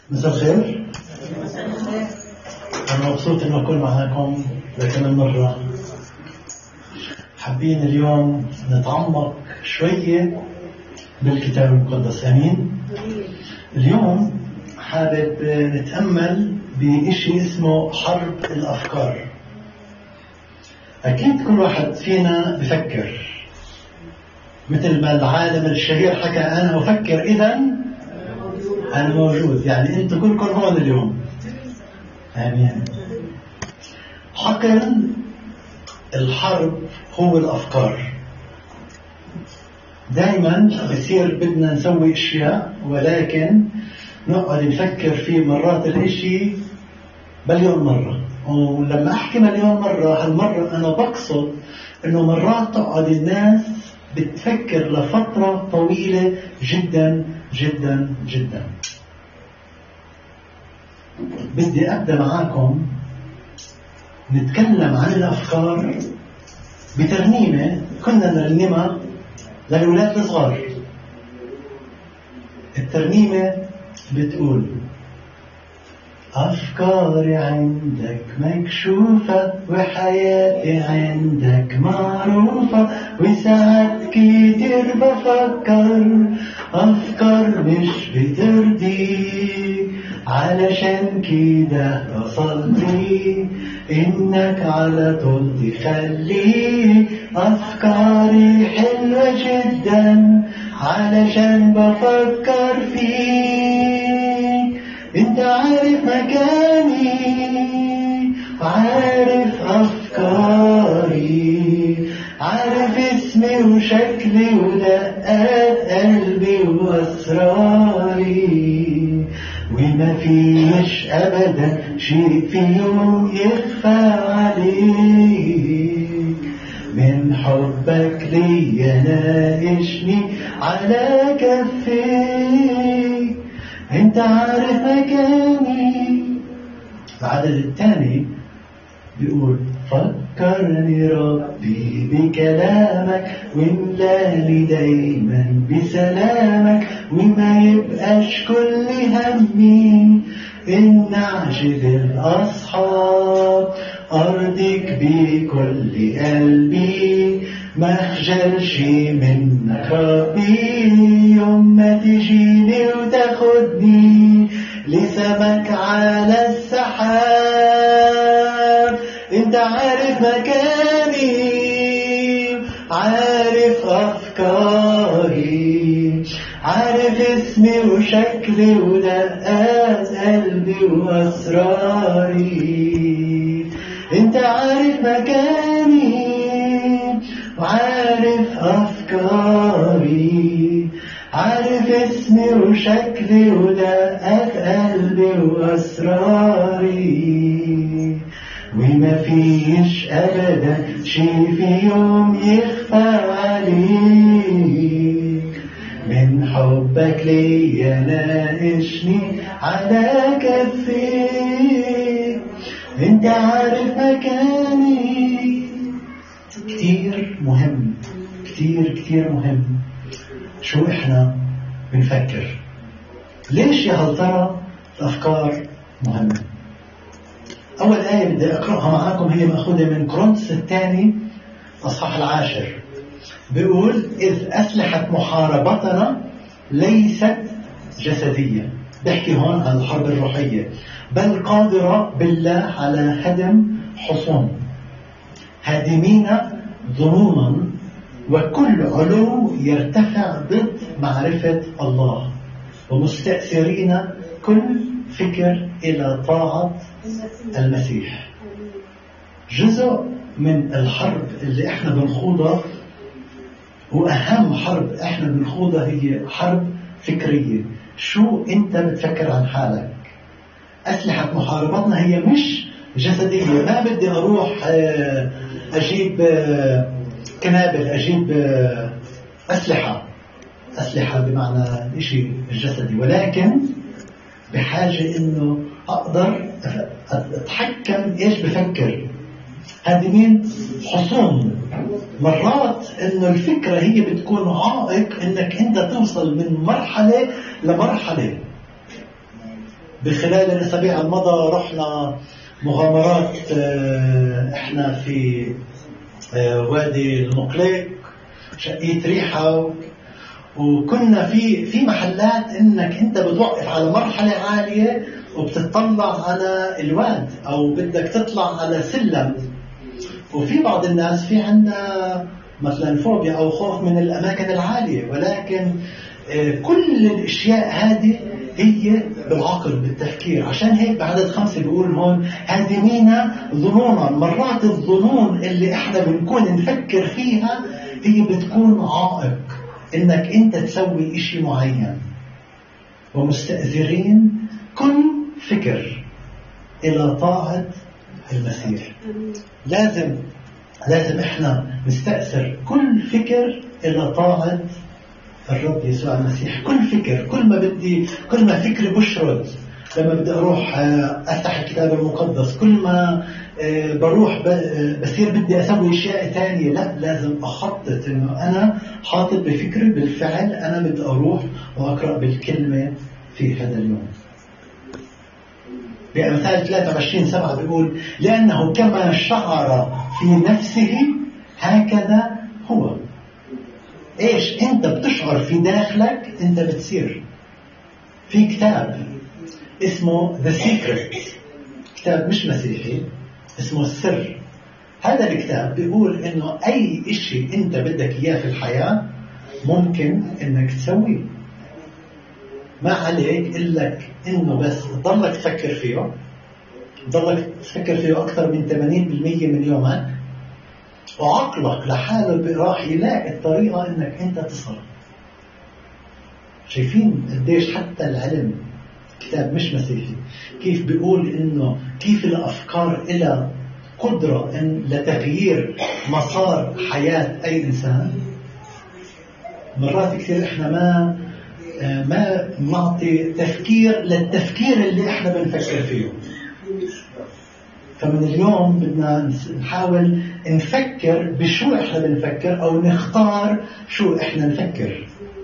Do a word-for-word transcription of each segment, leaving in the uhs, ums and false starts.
مساء الخير. أنا مبسوط إنه أكون معاكم لكمان مرة. حابين اليوم نتعمق شوية بالكتاب المقدس. أمين. اليوم حابب نتأمل بإشي اسمه حرب الأفكار. أكيد كل واحد فينا بفكر مثل ما العالم الشهير حكى: أنا أفكر إذن أنا موجود. يعني أنتم كلكم هون اليوم. آمين. حقل الحرب هو الأفكار. دائما بصير بدنا نسوي أشياء ولكن نقعد نفكر في مرات الإشي مليون مرة. ولما أحكي مليون مرة، هالمرة أنا بقصد إنه مرات تقعد الناس بتفكر لفترة طويلة جدا جدا جدا. بدي أبدأ معاكم نتكلم عن الأفكار بترنيمة كنا نرنمها للولاد الصغار. الترنيمة بتقول: أفكاري عندك مكشوفة وحياتي عندك معروفة، وساعات كتير بفكر أفكار مش بترضيك، علشان كده بصلي إنك على طول تخلي أفكاري حلوة جدا، علشان بفكر فيك. انت عارف مكاني، عارف أفكاري، عارف اسمي وشكلي ودقات قلبي وأسراري، وما فيش أبدا شيء في يوم يخفى عليك. من حبك ليا ناقشني على كفيك، انت عارف مكاني. العدد الثاني بيقول: فكرني ربي بكلامك، واملاني دايما بسلامك، وما يبقاش كل همي إن أعجب الأصحاب، أرضيك بكل قلبي، ما أخجلش منك ربي، يوم ما تجيني وتاخدني لسمك على السحاب. انت عارف مكاني، عارف أفكاري، عارف اسمي وشكلي ودقات قلبي وأسراري. انت عارف مكاني وعارف أفكاري، عارف اسمي وشكلي ودقات قلبي وأسراري، وما فيش أبدا شي في يوم يخفى عليك. من حبك ليا ناقشني على كفيك، انت عارف مكاني. كتير مهم، كتير كتير مهم شو احنا بنفكر. ليش يا هل ترى الأفكار مهمة؟ أول آية بدي أقرأها معاكم هي مأخوذة من كورنثوس الثاني أصحاح العاشر. بيقول: إذ أسلحة محاربتنا ليست جسدية. بحكي هون عن الحرب الروحية. بل قادرة بالله على هدم حصون، هادمين ظنونا وكل علو يرتفع ضد معرفة الله، ومستأثرين كل فكر إلى طاعة المسيح. جزء من الحرب اللي احنا بنخوضها، وأهم حرب احنا بنخوضها، هي حرب فكرية. شو انت بتفكر عن حالك؟ أسلحة محاربتنا هي مش جسدية. ما بدي أروح أجيب كنابل، أجيب أسلحة أسلحة بمعنى إشي الجسدي، ولكن بحاجة إنه أقدر أتحكم إيش بفكر. هذه مين؟ حصون. مرات إنه الفكرة هي بتكون عائق إنك أنت توصل من مرحلة لمرحلة. بخلال الأسابيع الماضية رحنا مغامرات، احنا في وادي المقليق، شقية ريحة، وكنا في في محلات انك انت بتوقف على مرحلة عالية وبتطلع على الواد او بدك تطلع على سلم. وفي بعض الناس في عندنا مثلا فوبيا او خوف من الاماكن العالية، ولكن كل الاشياء هذه هي بالعقل بالتفكير. عشان هيك بعدد خمسة بيقول هون هادمين ظنونا. مرات الظنون اللي احنا بنكون نفكر فيها هي بتكون عائق انك انت تسوي اشي معين. ومستأثرين كل فكر الى طاعة المسيح. لازم لازم احنا نستأثر كل فكر الى طاعة الرب يسوع المسيح. كل فكر، كل ما بدي كل ما فكري بشرد لما بدي اروح افتح الكتاب المقدس، كل ما بروح بصير بدي اسوي اشياء ثانيه، لا لازم اخطط انه انا حاطط بفكري بالفعل انا بدي اروح واقرا بالكلمه في هذا اليوم. بأمثال ثلاثة وعشرين سبعة بيقول لأنه كما شعر في نفسه هكذا هو. ايش انت بتشعر في داخلك انت بتصير. في كتاب اسمه The Secret، كتاب مش مسيحي اسمه السر. هذا الكتاب بيقول انه اي اشي انت بدك اياه في الحياة ممكن انك تسويه. ما عليك الا انه بس تضلك تفكر فيه، تضلك تفكر فيه اكثر من ثمانين بالمئة من يومك، وعقلك لحاله راح يلاقي الطريقة انك انت تصل. شايفين قديش حتى العلم كتاب مش مسيحي كيف بيقول انه كيف الافكار إلى قدرة إن لتغيير مسار حياة اي انسان. مرات كثير احنا ما ما نعطي تفكير للتفكير اللي احنا بنفكر فيه. فمن اليوم بدنا نحاول نفكر بشو احنا بنفكر او نختار شو احنا نفكر.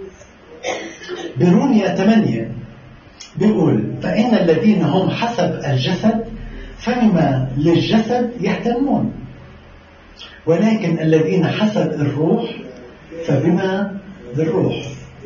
برومية ثمانية بيقول فإن الذين هم حسب الجسد فبما للجسد يهتمون، ولكن الذين حسب الروح فبما للروح.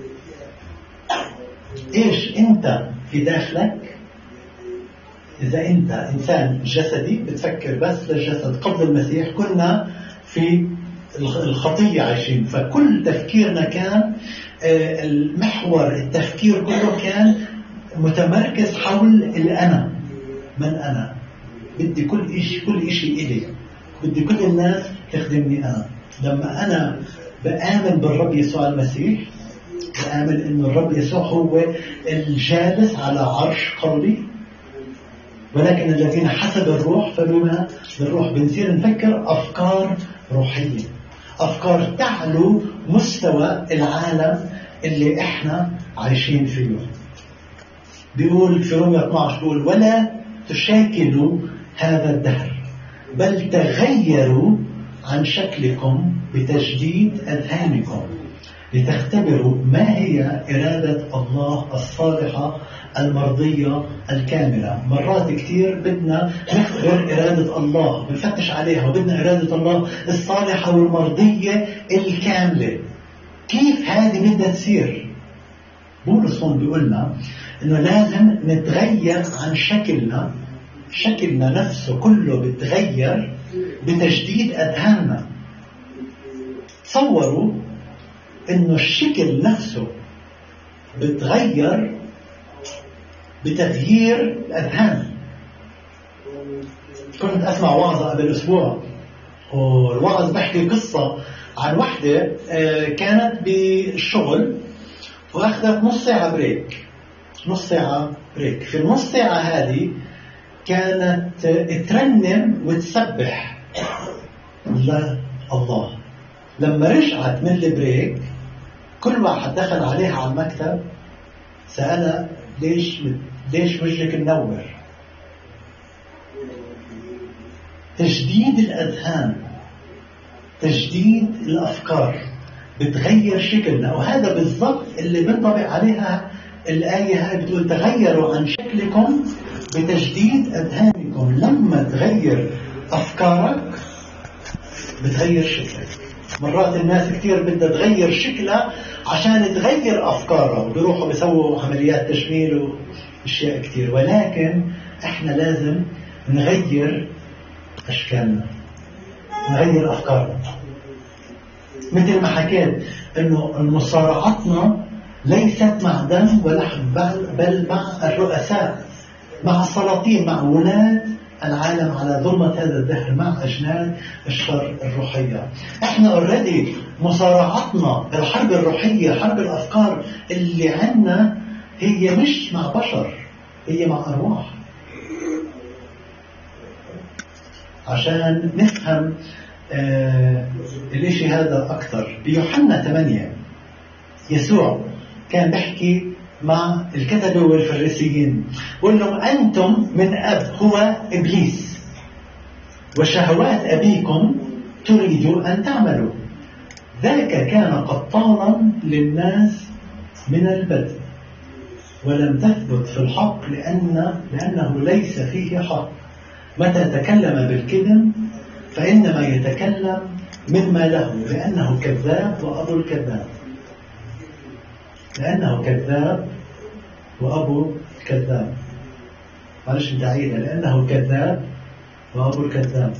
ايش انت في داخلك؟ إذا أنت إنسان جسدي بتفكر بس للجسد. قبل المسيح كنا في الخطية عايشين، فكل تفكيرنا كان المحور التفكير كله كان متمركز حول الأنا. من أنا؟ بدي كل إشي كل إشي إلي، بدي كل الناس تخدمني أنا. لما أنا بآمن بالرب يسوع المسيح، بآمن إنه الرب يسوع هو الجالس على عرش قلبي، ولكن الذين حسب الروح فبما بالروح بنصير نفكر أفكار روحية، أفكار تعلو مستوى العالم اللي إحنا عايشين فيه. بيقول في رومية اثني عشر بيقول ولا تشاكلوا هذا الدهر بل تغيروا عن شكلكم بتجديد أذهانكم لتختبروا ما هي إرادة الله الصالحة المرضية الكاملة. مرات كتير بدنا نختبر إرادة الله، بنفتش عليها، وبدنا إرادة الله الصالحة والمرضية الكاملة. كيف هذه بدها تصير؟ بولس هون بيقولنا إنه لازم نتغير عن شكلنا، شكلنا نفسه كله بتغير بتجديد أذهاننا. تصوروا إنه الشكل نفسه بتغير بتغيير الأذهان. كنت أسمع وعظة قبل أسبوع، والوعظ بحكي قصة عن واحدة كانت بالشغل وأخذت نص ساعة بريك. نص ساعة بريك في النص ساعة هذه كانت ترنم وتسبح لله. لما رجعت من البريك كل واحد دخل عليها على المكتب سألها ليش ليش وجهك منور؟ تجديد الأذهان، تجديد الأفكار بتغير شكلنا. وهذا بالضبط اللي بنطبق عليها الآية هاي بتقول تغيروا عن شكلكم بتجديد أذهانكم. لما تغير أفكارك بتغير شكلك. مرات الناس كتير بدها تغير شكلها عشان تغير أفكارها، وبيروحوا بيسووا عمليات تجميل وأشياء كتير، ولكن إحنا لازم نغير أشكالنا، نغير أفكارنا. مثل ما حكيت إنه مصارعتنا ليست مع دم ولحم، بل مع الرؤساء، مع السلاطين، مع ولاة العالم على ظلمة هذا الدهر، مع أجناد الشر الروحية. احنا اوريدي مصارعتنا الحرب الروحية، حرب الأفكار اللي عنا هي مش مع بشر، هي مع أرواح. عشان نفهم آه الاشي هذا أكثر، بيوحنا ثمانية يسوع كان بيحكي مع الكتبة والفريسيين، بقول لهم أنتم من أب هو إبليس، وشهوات أبيكم تريدوا أن تعملوا، ذاك كان قطالا للناس من البدء، ولم تثبت في الحق لأن لأنه ليس فيه حق. متى تكلم بالكذب فإنما يتكلم مما له، لأنه كذاب وأبو الكذاب، لأنه كذاب وأبو الكذاب. معلش انت عيدة، لأنه كذاب وأبو الكذاب.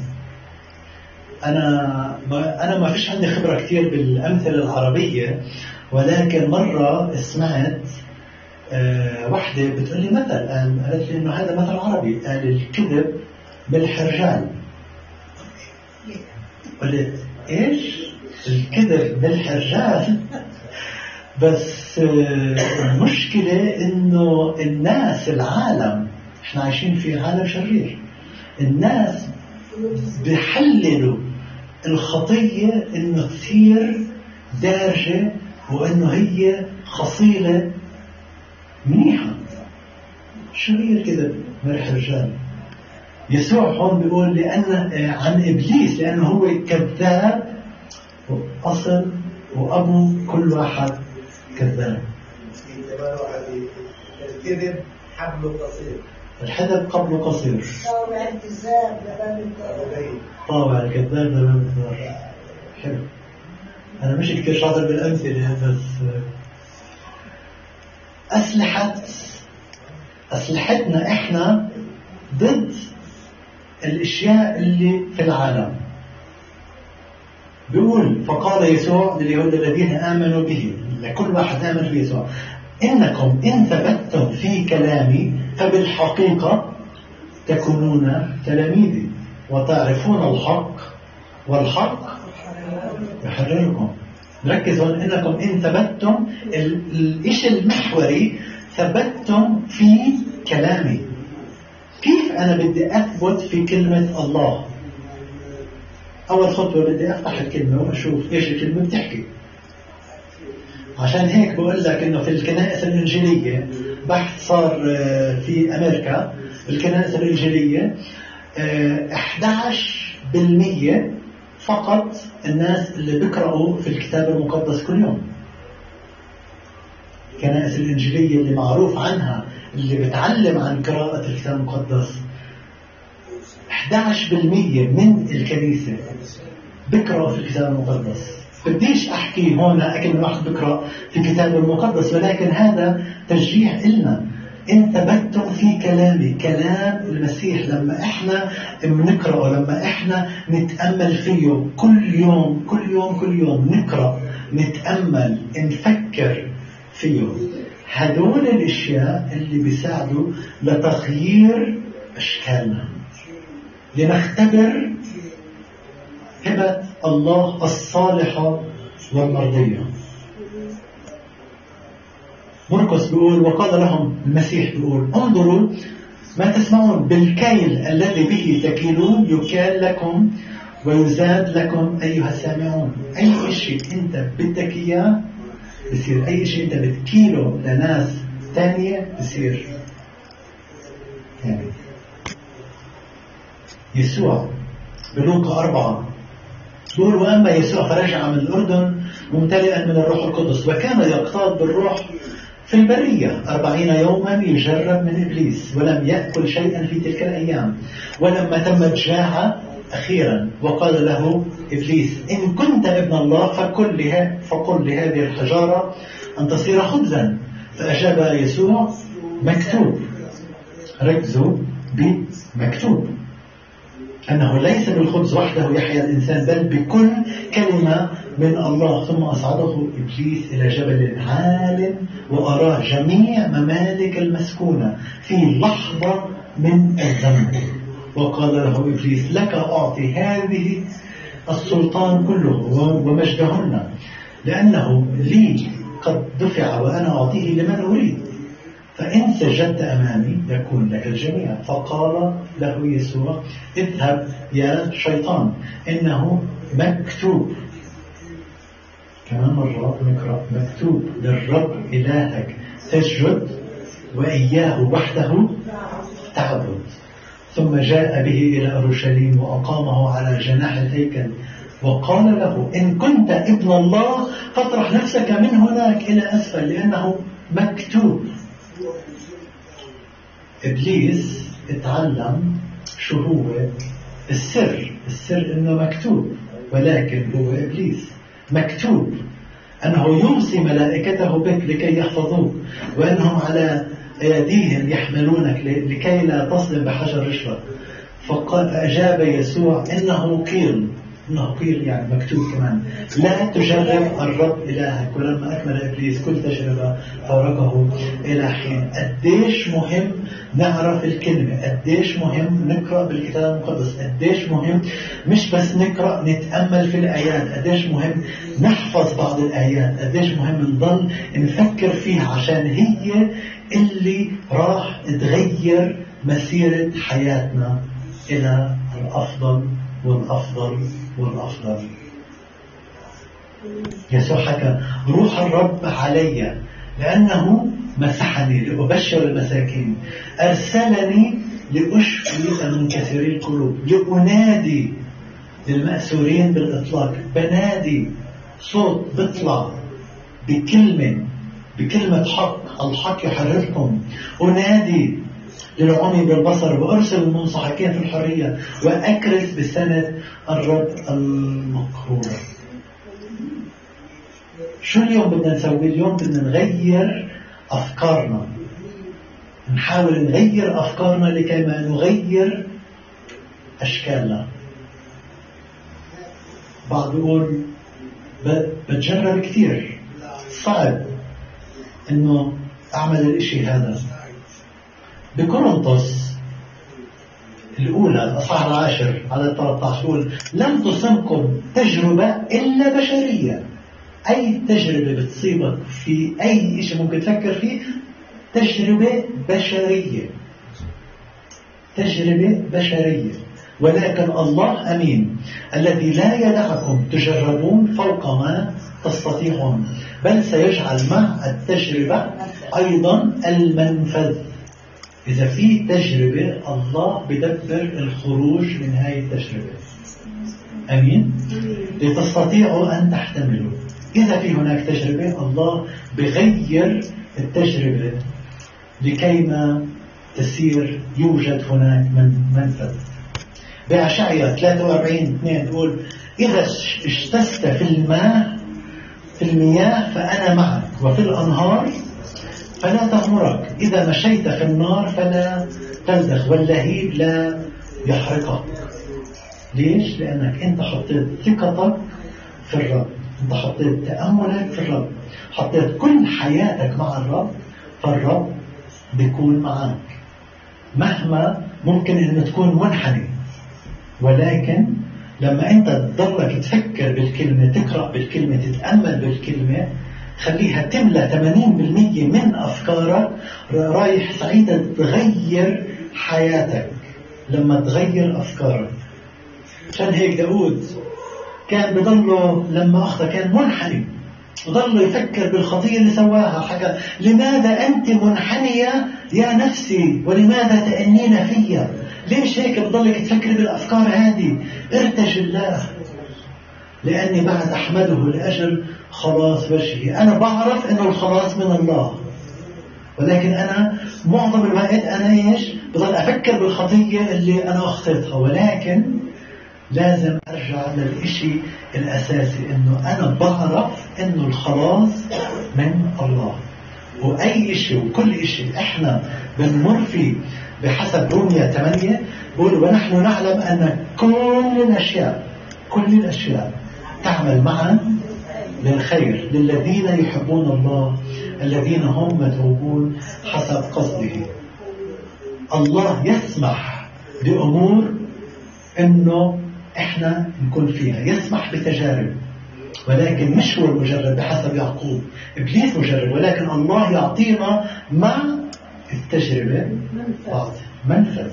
أنا ما أنا ما فيش عندي خبرة كتير بالأمثلة العربية، ولكن مرة سمعت أه واحدة بتقول لي مثل، قالت لي إنه هذا مثل عربي، قال الكذب بالحرجال. قلت إيش؟ الكذب بالحرجال؟ بس المشكلة إنه الناس، العالم، إحنا عايشين في عالم شرير، الناس بيحللوا الخطية إنه تصير دارجة، وإنه هي خصيلة منيحة. شرير كده مرح الرجال. يسوع هون بيقول لأن عن إبليس لأنه هو كذاب وأصل وأبو كل واحد كذاب. الكذب حبله قصير، الحذب قبله قصير. طابع الكذاب لباب الدار. طابع الكذاب لباب الدار. حلو. أنا مش كتير شاطر بالأمثلة، بس أسلحة أسلحتنا إحنا ضد الأشياء اللي في العالم. بيقول فقال يسوع لليهود الذين آمنوا به، لكل واحد آمن بيسوع، إنكم إن ثبتتم في كلامي فبالحقيقة تكونون تلاميذي وتعرفون الحق والحق يحرركم. ركزوا إنكم إن ثبتتم، الإشي المحوري ثبتتم في كلامي. كيف أنا بدي أثبت في كلمة الله؟ أول خطوة بدي أفتح الكلمة وأشوف إيش الكلمة بتحكي. عشان هيك بقول لك إنه في الكنائس الإنجيلية، بحث صار في أمريكا، الكنائس الإنجيلية إحدى عشر بالمئة فقط الناس اللي بيقرأوا في الكتاب المقدس كل يوم. الكنائس الإنجيلية اللي معروف عنها، اللي بتعلم عن قراءة الكتاب المقدس، إحدى عشر بالمئة من الكنيسة بيقرأوا في الكتاب المقدس. بديش أحكي هون أكل واحد بيقرأ في الكتاب المقدس، ولكن هذا تشجيع إلنا. إن ثبتتم في كلامي، كلام المسيح لما إحنا بنقرأه، لما إحنا نتأمل فيه كل يوم كل يوم كل يوم، نقرأ نتأمل نفكر فيه، هدول الاشياء اللي بيساعدوا لتغيير اشكالنا، لنختبر هبة الله الصالحة والمرضية. مرقس بيقول وقال لهم المسيح، بيقول انظروا ما تسمعون، بالكيل الذي به تكيلون يكال لكم ويزاد لكم أيها السامعون. أي شيء أنت بدك إياه بصير، أي شيء أنت بتكيله لناس تانية بصير. يعني يسوع بلوقا أربعة بيقول وأما يسوع فرجع من الأردن ممتلئا من الروح القدس، وكان يقتاد بالروح في البرية أربعين يوما يجرب من إبليس ولم يأكل شيئا في تلك الأيام. ولما تمت جاعة أخيرا وقال له إبليس إن كنت ابن الله فقل له فقل لهذه الحجارة أن تصير خبزا. فأجاب يسوع مكتوب. ركزوا بمكتوب أنه ليس بالخبز وحده يحيى الإنسان بل بكل كلمة من الله. ثم أصعده إبليس إلى جبل عال وأراه جميع ممالك المسكونة في لحظة من الزمن. وقال له إبليس لك أعطي هذه السلطان كله ومجدهن لأنه لي قد دفع وأنا أعطيه لمن أريد. فإن سجدت أمامي يكون لك الجميع. فقال له يسوع اذهب يا شيطان إنه مكتوب. كمان مرة نقرأ مكتوب للرب إلهك تسجد وإياه وحده تعبد. ثم جاء به إلى أورشليم وأقامه على جناح الهيكل وقال له إن كنت ابن الله فاطرح نفسك من هناك إلى أسفل لأنه مكتوب. إبليس اتعلم شو هو السر. السر إنه مكتوب، ولكن هو إبليس مكتوب أنه يوصي ملائكته بك لكي يحفظوك وأنهم على أيديهم يحملونك لكي لا تصدم بحجر رشوة. فقال أجاب يسوع إنه قيل. إنه قيل يعني مكتوب كمان لا تجرب الرب إلهك. ولما أكمل إبليس كل تجربة فارقه إلى حين. قديش مهم نعرف الكلمة، قديش مهم نقرأ بالكتاب المقدس، قديش مهم مش بس نقرأ نتأمل في الآيات، قديش مهم نحفظ بعض الآيات، قديش مهم نضل نفكر فيها عشان هي اللي راح تغير مسيرة حياتنا إلى الأفضل والأفضل والأفضل. يسوع حكى روح الرب علي لأنه مسحني لأبشر المساكين أرسلني لأشفي المنكسري القلوب لأنادي للمأسورين بالإطلاق. بنادي صوت بيطلع بكلمة بكلمة حق. الحق يحرركم. أنادي للعمي بالبصر وأرسل المنصحكين في الحرية وأكرس بسنة الرب المقهورة. شو اليوم بدنا نسوي؟ اليوم بدنا نغير أفكارنا، نحاول نغير أفكارنا لكي ما نغير أشكالنا. بعض يقول بتجرب كتير، صعب إنه أعمل الإشي هذا. بكورنثوس الأولى الأصحاح العاشر على ثلاثة عشر يقول لم تصبكم تجربة إلا بشرية. أي تجربة بتصيبك في أي شيء ممكن تفكر فيه تجربة بشرية، تجربة بشرية. ولكن الله أمين الذي لا يدعكم تجربون فوق ما تستطيعون بل سيجعل مع التجربة أيضا المنفذ. إذا في تجربة الله بدبر الخروج من هاي التجربة. أمين؟ لتستطيعوا أن تحتملوا. إذا في هناك تجربة الله بغير التجربة لكي ما تسير يوجد هناك من منفذ. بأشعياء ثلاثة وأربعين اثنين تقول إذا اشتست في الماء في المياه فأنا معك وفي الأنهار فلا تغمرك. إذا مشيت في النار فلا تلدخ واللهيب لا يحرقك. ليش؟ لأنك أنت حطيت ثقتك في الرب، أنت حطيت تأملك في الرب، حطيت كل حياتك مع الرب، فالرب بيكون معك مهما ممكن أن تكون منحني. ولكن لما أنت تضلك تفكر بالكلمة، تقرأ بالكلمة، تتأمل بالكلمة، خليها تملى ثمانين بالمئة من أفكارك، رايح سعيدة تغير حياتك لما تغير أفكارك. عشان هيك داود كان بضله لما أخذ كان منحني وضله يفكر بالخطية اللي سواها. حكى لماذا أنت منحنية يا نفسي ولماذا تأنين فيا؟ ليش هيك بضلك تفكر بالأفكار هذه؟ ارتج الله لأني بعد أحمده لأجل خلاص وجهي. أنا بعرف أنه الخلاص من الله، ولكن أنا معظم الوقت أنا إيش بضل أفكر بالخطية اللي أنا أخطيتها. ولكن لازم أرجع للإشي الأساسي، إنه أنا بعرف إنه الخلاص من الله. وأي إشي وكل إشي إحنا بنمر فيه بحسب رومية ثمانية بقول ونحن نعلم أن كل الأشياء كل الأشياء تعمل معا للخير للذين يحبون الله الذين هم مدعوون حسب قصده. الله يسمح بأمور إنه إحنا نكون فيها، يسمح بتجارب، ولكن مش هو المجرب بحسب يعقوب، إبليس مجرب، ولكن الله يعطينا مع التجربة منفذ.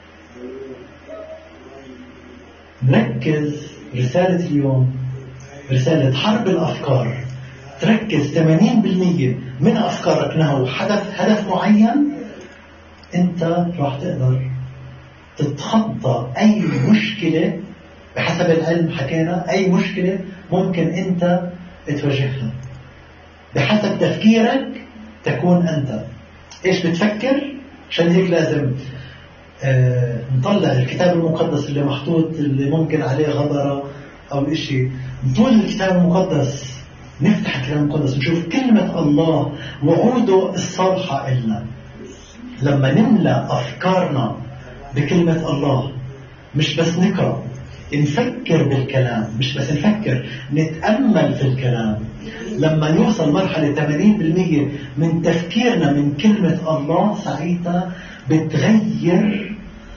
نركز رسالة اليوم رسالة حرب الأفكار، تركز ثمانين بالمئة من أفكارك نحو هدف هدف معين. أنت راح تقدر تتخطى أي مشكلة بحسب العلم. حكينا أي مشكلة ممكن أنت تواجهها بحسب تفكيرك تكون أنت إيش بتفكر. عشان هيك لازم آه نطلع الكتاب المقدس اللي محطوط اللي ممكن عليه غبرة أو إشي، نطول الكتاب المقدس، نفتح الكتاب المقدس نشوف كلمة الله وعوده الصالحة إلنا. لما نملأ أفكارنا بكلمة الله، مش بس نقرأ، نفكر بالكلام، مش بس نفكر، نتأمل في الكلام. لما يوصل مرحلة ثمانين بالمئة من تفكيرنا من كلمة الله، ساعتها بتغير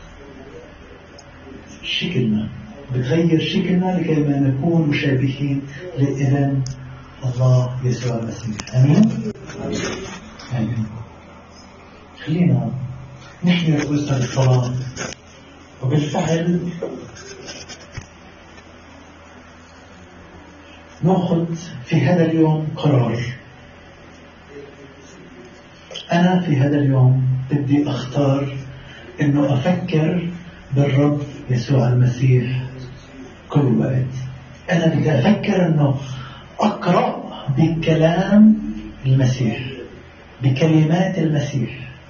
شكلنا بتغير شكلنا لكي ما نكون مشابهين لابن الله يسوع المسيح. أمين؟ أمين. خلينا نحمي رؤوسنا بالصلاة. وبالفعل نأخذ في هذا اليوم قرار. أنا في هذا اليوم بدي أختار إنه أفكر بالرب يسوع المسيح كل وقت. أنا بدي أفكر إنه أقرأ بكلام المسيح، بكلمات المسيح،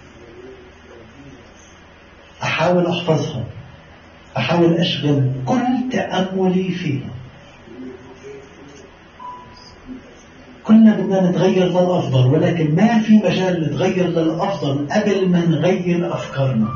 أحاول أحفظها، أحاول أشغل كل تأملي فيها. كنا بدنا نتغير للأفضل، ولكن ما في مجال نتغير للأفضل قبل ما نغير أفكارنا.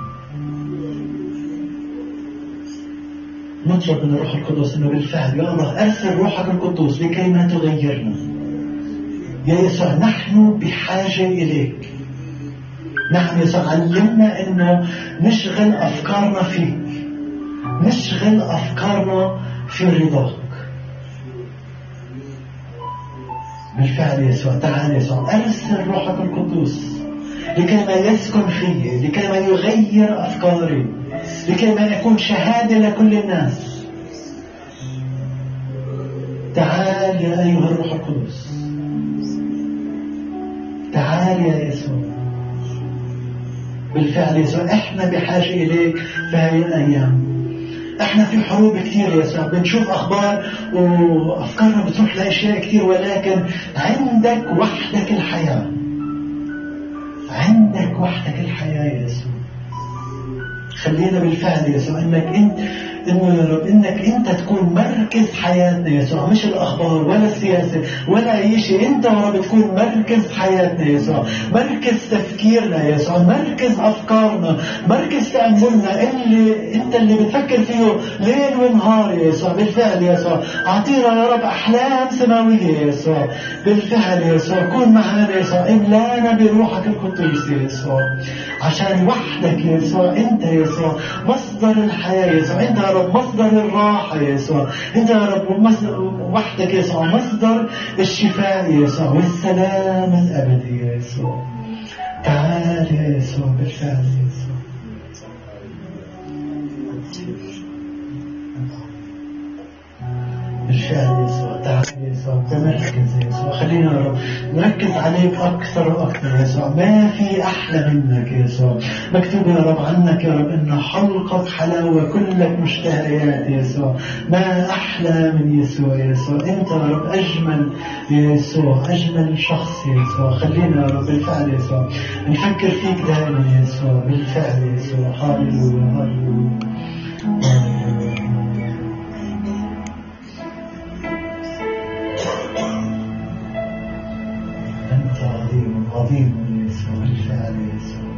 نطلب من الروح القدس إنه بالفعل يا الله أرسل روحك القدوس لكي ما تغيرنا. يا يسوع نحن بحاجة إليك. نحن يسوع علمنا إنه نشغل أفكارنا فيك، نشغل أفكارنا في رضاك. بالفعل يسوع تعال يسوع أرسل روحك القدوس لكي ما يسكن فيه، لكي ما يغير أفكاري، لكي ما أكون شهادة لكل الناس. تعال يا أيها الروح القدس، تعال يا يسوع. بالفعل يسوع احنا بحاجة إليك في هذه الأيام. احنا في حروب كتير يا يسوع، بنشوف أخبار وأفكارنا بتروح لأشياء كتير، ولكن عندك وحدك الحياة، عندك وحدك الحياة يا يسوع. خلينا بالفعل يا يسوع انك انت انه يا رب انك انت تكون مركز حياتنا يا يسوع، مش الاخبار ولا السياسه ولا اي شيء. انت يا رب تكون مركز حياتنا يا يسوع، مركز تفكيرنا يا يسوع، مركز افكارنا، مركز تاملنا، اللي انت اللي بتفكر فيه ليل ونهار يا يسوع. بالفعل يا يسوع اعطينا يا رب احلام سماويه يا يسوع. بالفعل يا يسوع كون معنا يا يسوع، املانا بروحك القدوس يا يسوع، عشان وحدك يا يسوع. انت يا يسوع مصدر الحياه يا يسوع، انت يا رب مصدر الراحة يا يسوع، انت يا رب وحدك يا يسوع مصدر الشفاء يا يسوع والسلام الأبدي يا يسوع. تعال يا يسوع بالفعل يا يسوع. بالفعل يا يسوع تعال يا يسوع، تمركز يا يسوع. خلينا يا رب نركز عليك أكثر وأكثر يا يسوع. ما في أحلى منك يا يسوع. مكتوب يا رب عنك يا رب إنه حلقك حلاوة كلك مشتهيات يا يسوع. ما أحلى من يسوع يا يسوع. أنت يا رب أجمل يا يسوع، أجمل شخص يا يسوع. خلينا يا رب بالفعل يا يسوع نفكر فيك دائما يا يسوع، بالفعل يا يسوع. هاليلويا هاليلويا. أنت عظيم عظيم يا يسوع، بالفعل يا يسوع.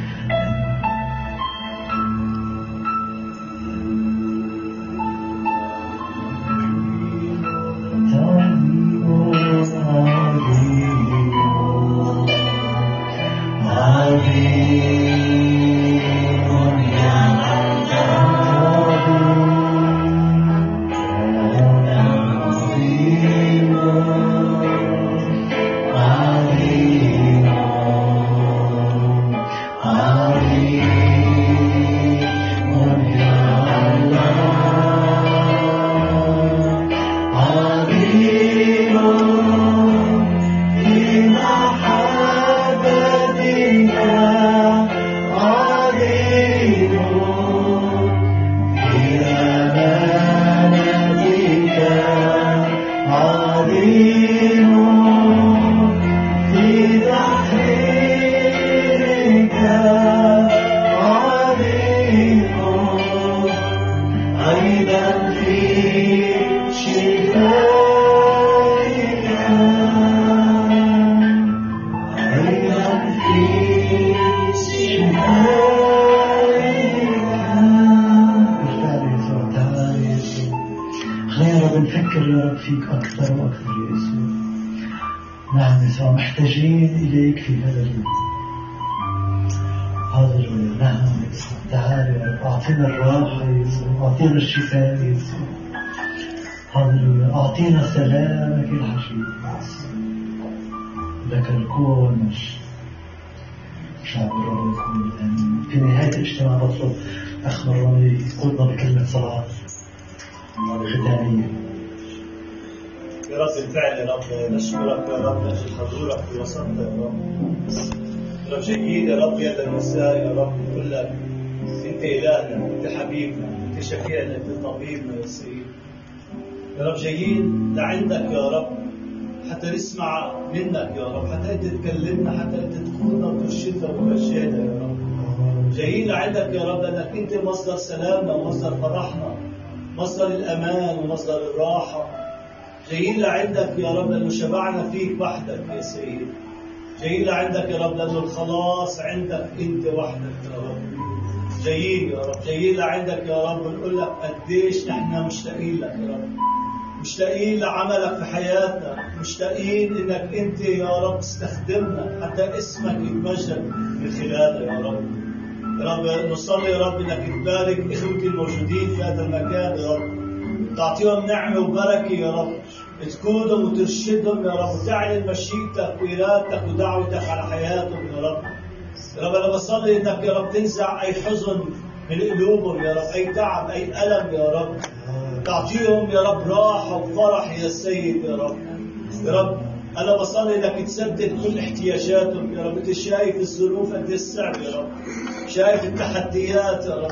فيك أكثر وأكثر يا يسوع. نعم يسوع محتاجين إليك في هذا اليوم. هاليلويا. نعم يسوع تعال يا رب أعطينا الراحة يا يسوع، أعطينا الشفاء يا يسوع. هاليلويا. أعطينا سلامك العجيب يا يسوع. لك الكون شعب الرب يكون آمين. في نهاية الاجتماع بطلب أخ مروني يقودنا بكلمة صلاة ختامية. يا رب بالفعل يا رب نشكرك يا رب نجد حضورك في وسطنا يا رب. يا رب جيد يا رب هذا المساء يا رب نقول لك انت الهنا، انت حبيبنا، انت شفيعنا، انت طبيبنا يا سيد. يا رب جايين لعندك يا رب حتى نسمع منك يا رب، حتى انت تكلمنا، حتى انت تقودنا وترشدنا وترشدنا يا رب. جايين لعندك يا رب لانك انت مصدر سلامنا ومصدر فرحنا، مصدر الامان ومصدر الراحه. جايين لعندك يا رب لأنه شبعنا فيك وحدك يا سيد. جايين لعندك يا رب لأنه الخلاص عندك أنت وحدك يا رب. جايين يا رب، جايين لعندك يا رب ونقول لك قديش نحن مشتاقين لك يا رب، مشتاقين لعملك في حياتنا، مشتاقين إنك أنت يا رب تستخدمنا حتى اسمك يتمجد من خلالنا يا رب. يا رب نصلي يا رب إنك تبارك إخوتي الموجودين في هذا المكان يا رب، تعطيهم نعمة وبركة يا رب، تقودهم وترشدهم يا رب، وتعلن مشيئتك وإرادتك ودعوتك على حياتهم يا رب. يا رب أنا بصلي إنك يا رب تنزع أي حزن من قلوبهم يا رب، أي تعب أي ألم يا رب، تعطيهم يا رب راحة وفرح يا سيد يا رب. يا رب أنا بصلي إنك تسدد كل احتياجاتهم يا رب. أنت شايف الظروف قد الصعب يا رب، شايف التحديات يا رب،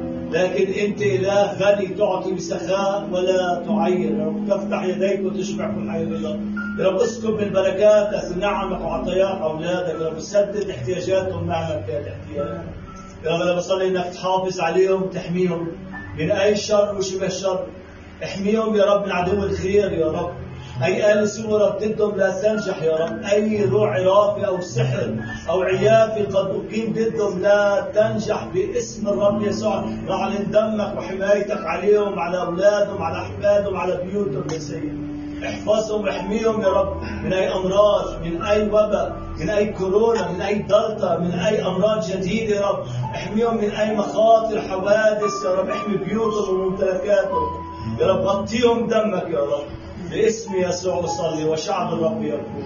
لكن أنت إله غني تعطي بسخاء ولا تعير يا رب. تفتح يديك وتشبع كل حي يا رب. يا رب اسكب من بركاتك ونعمك وعطاياك أولادك يا رب، سدد احتياجاتهم معك يا الاحتياج. يا رب أنا بصلي إنك تحافظ عليهم وتحميهم من أي شر وشبه شر. احميهم يا رب من عدو الخير يا رب. أي آلة سورة ضدهم لا تنجح يا رب. أي روح عرافي أو سحر أو عيافي قد أقيم ضدهم لا تنجح باسم الرب يسوع. نعلن دمك وحمايتك عليهم، على أولادهم، على أحفادهم، على بيوتهم يا سيد. احفظهم واحميهم يا رب من أي أمراض، من أي وباء، من أي كورونا، من أي دلتا، من أي أمراض جديدة يا رب. احميهم من أي مخاطر حوادث يا رب. احمي بيوتهم وممتلكاتهم يا رب. غطيهم دمك يا رب باسم يسوع نصلي، وشعب الرب يقول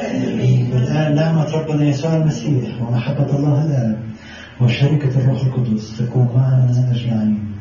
آمين. والآن نعمة ربنا يسوع المسيح ومحبة الله الآب وشركة الروح القدس تكون معنا أجمعين.